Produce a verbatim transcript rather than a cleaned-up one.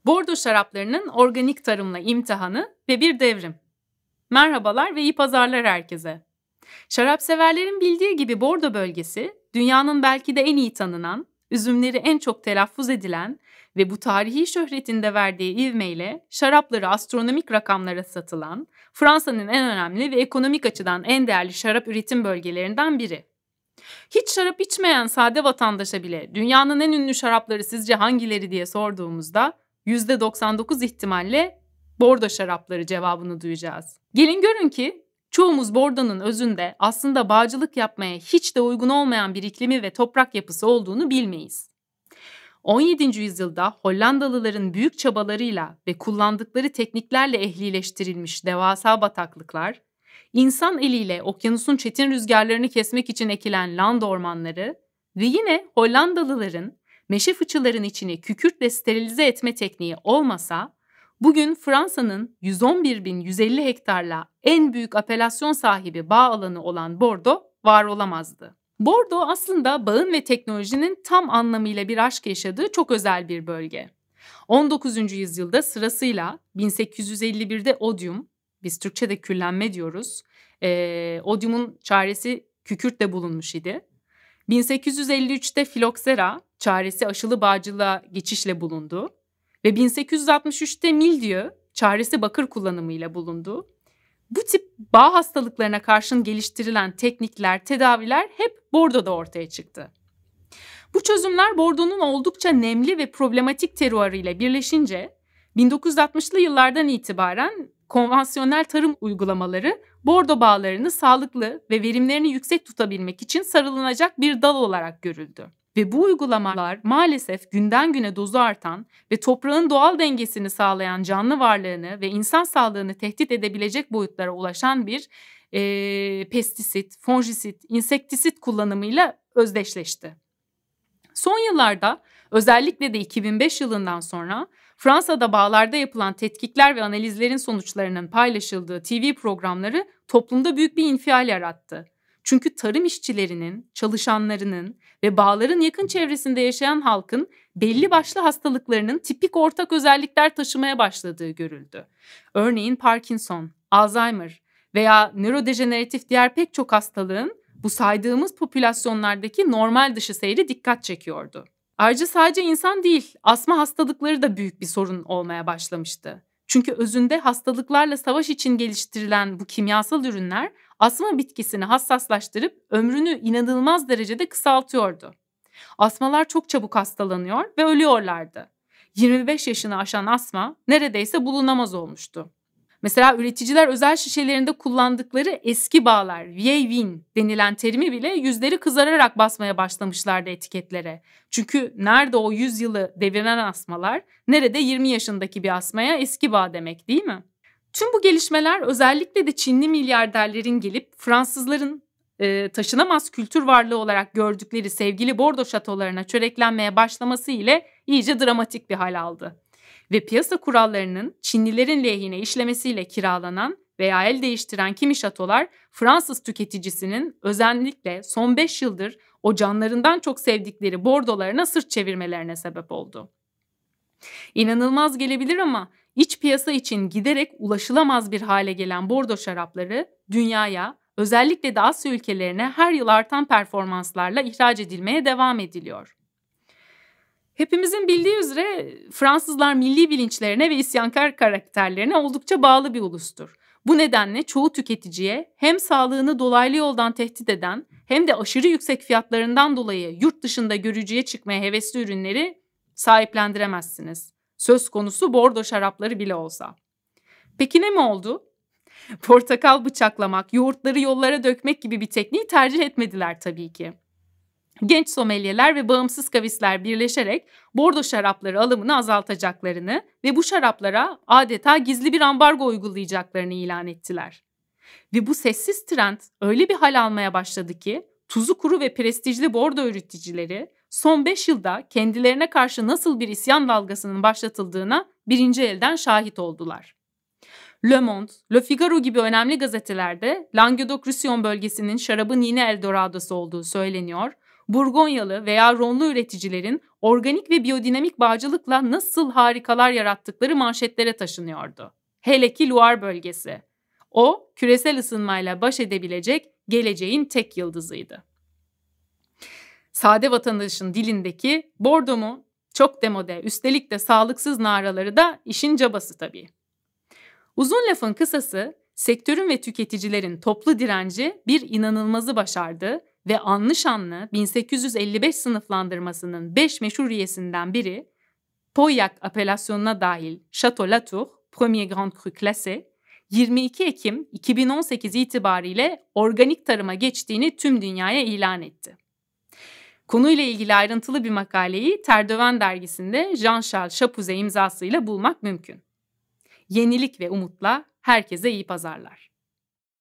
Bordo şaraplarının organik tarımla imtihanı ve bir devrim. Merhabalar ve iyi pazarlar herkese. Şarap severlerin bildiği gibi Bordo bölgesi, dünyanın belki de en iyi tanınan, üzümleri en çok telaffuz edilen ve bu tarihi şöhretinde verdiği ivmeyle şarapları astronomik rakamlara satılan, Fransa'nın en önemli ve ekonomik açıdan en değerli şarap üretim bölgelerinden biri. Hiç şarap içmeyen sade vatandaşa bile dünyanın en ünlü şarapları sizce hangileri diye sorduğumuzda yüzde doksan dokuz ihtimalle Bordo şarapları cevabını duyacağız. Gelin görün ki çoğumuz Bordo'nun özünde aslında bağcılık yapmaya hiç de uygun olmayan bir iklimi ve toprak yapısı olduğunu bilmeyiz. on yedinci yüzyılda Hollandalıların büyük çabalarıyla ve kullandıkları tekniklerle ehlileştirilmiş devasa bataklıklar, İnsan eliyle okyanusun çetin rüzgarlarını kesmek için ekilen land ormanları ve yine Hollandalıların meşe fıçıların içini kükürtle sterilize etme tekniği olmasa, bugün Fransa'nın yüz on bir bin yüz elli hektarla en büyük apelasyon sahibi bağ alanı olan Bordo var olamazdı. Bordo aslında bağın ve teknolojinin tam anlamıyla bir aşk yaşadığı çok özel bir bölge. on dokuzuncu yüzyılda sırasıyla bin sekiz yüz elli birde odyum, biz Türkçe'de küllenme diyoruz. E, odyumun çaresi kükürtle bulunmuş idi. bin sekiz yüz elli üçte filoksera, çaresi aşılı bağcılığa geçişle bulundu. Ve bin sekiz yüz altmış üçte mildiyo, çaresi bakır kullanımıyla bulundu. Bu tip bağ hastalıklarına karşın geliştirilen teknikler, tedaviler hep Bordo'da ortaya çıktı. Bu çözümler Bordo'nun oldukça nemli ve problematik teruarıyla birleşince bin dokuz yüz altmışlı yıllardan itibaren konvansiyonel tarım uygulamaları Bordo bağlarını sağlıklı ve verimlerini yüksek tutabilmek için sarılınacak bir dal olarak görüldü. Ve bu uygulamalar maalesef günden güne dozu artan ve toprağın doğal dengesini sağlayan canlı varlığını ve insan sağlığını tehdit edebilecek boyutlara ulaşan bir e, pestisit, fonjisit, insektisit kullanımıyla özdeşleşti. Son yıllarda özellikle de iki bin beş yılından sonra Fransa'da bağlarda yapılan tetkikler ve analizlerin sonuçlarının paylaşıldığı T V programları toplumda büyük bir infial yarattı. Çünkü tarım işçilerinin, çalışanlarının ve bağların yakın çevresinde yaşayan halkın belli başlı hastalıklarının tipik ortak özellikler taşımaya başladığı görüldü. Örneğin Parkinson, Alzheimer veya nörodejeneratif diğer pek çok hastalığın bu saydığımız popülasyonlardaki normal dışı seyri dikkat çekiyordu. Ayrıca sadece insan değil, asma hastalıkları da büyük bir sorun olmaya başlamıştı. Çünkü özünde hastalıklarla savaş için geliştirilen bu kimyasal ürünler asma bitkisini hassaslaştırıp ömrünü inanılmaz derecede kısaltıyordu. Asmalar çok çabuk hastalanıyor ve ölüyorlardı. yirmi beş yaşını aşan asma neredeyse bulunamaz olmuştu. Mesela üreticiler özel şişelerinde kullandıkları eski bağlar, vieille vigne denilen terimi bile yüzleri kızararak basmaya başlamışlardı etiketlere. Çünkü nerede o yüz yılı deviren asmalar, nerede yirmi yaşındaki bir asmaya eski bağ demek, değil mi? Tüm bu gelişmeler özellikle de Çinli milyarderlerin gelip Fransızların e, taşınamaz kültür varlığı olarak gördükleri sevgili Bordo şatolarına çöreklenmeye başlaması ile iyice dramatik bir hal aldı. Ve piyasa kurallarının Çinlilerin lehine işlemesiyle kiralanan veya el değiştiren kimi şatolar Fransız tüketicisinin özellikle son beş yıldır o canlarından çok sevdikleri bordolarına sırt çevirmelerine sebep oldu. İnanılmaz gelebilir ama iç piyasa için giderek ulaşılamaz bir hale gelen bordo şarapları dünyaya, özellikle de Asya ülkelerine her yıl artan performanslarla ihraç edilmeye devam ediliyor. Hepimizin bildiği üzere Fransızlar milli bilinçlerine ve isyankar karakterlerine oldukça bağlı bir ulustur. Bu nedenle çoğu tüketiciye hem sağlığını dolaylı yoldan tehdit eden hem de aşırı yüksek fiyatlarından dolayı yurt dışında görücüye çıkmaya hevesli ürünleri sahiplendiremezsiniz. Söz konusu bordo şarapları bile olsa. Peki ne mi oldu? Portakal bıçaklamak, yoğurtları yollara dökmek gibi bir tekniği tercih etmediler tabii ki. Genç somelyeler ve bağımsız kavisler birleşerek bordo şarapları alımını azaltacaklarını ve bu şaraplara adeta gizli bir ambargo uygulayacaklarını ilan ettiler. Ve bu sessiz trend öyle bir hal almaya başladı ki tuzu kuru ve prestijli bordo üreticileri son beş yılda kendilerine karşı nasıl bir isyan dalgasının başlatıldığına birinci elden şahit oldular. Le Monde, Le Figaro gibi önemli gazetelerde Languedoc-Roussillon bölgesinin şarabın yeni Eldoradosu olduğu söyleniyor. Burgonyalı veya Ronlu üreticilerin organik ve biyodinamik bağcılıkla nasıl harikalar yarattıkları manşetlere taşınıyordu. Hele ki Loire bölgesi. O, küresel ısınmayla baş edebilecek geleceğin tek yıldızıydı. Sade vatandaşın dilindeki "Bordo mu? Çok demode, üstelik de sağlıksız" naraları da işin cabası tabii. Uzun lafın kısası, sektörün ve tüketicilerin toplu direnci bir inanılmazı başardı ve anlı şanlı bin sekiz yüz elli beş sınıflandırmasının beş meşhur üyesinden biri, Pauillac apelasyonuna dahil Château Latour, Premier Grand Cru Classé, yirmi iki Ekim iki bin on sekiz itibariyle organik tarıma geçtiğini tüm dünyaya ilan etti. Konuyla ilgili ayrıntılı bir makaleyi Terdöven dergisinde Jean-Charles Chapuisat imzasıyla bulmak mümkün. Yenilik ve umutla herkese iyi pazarlar.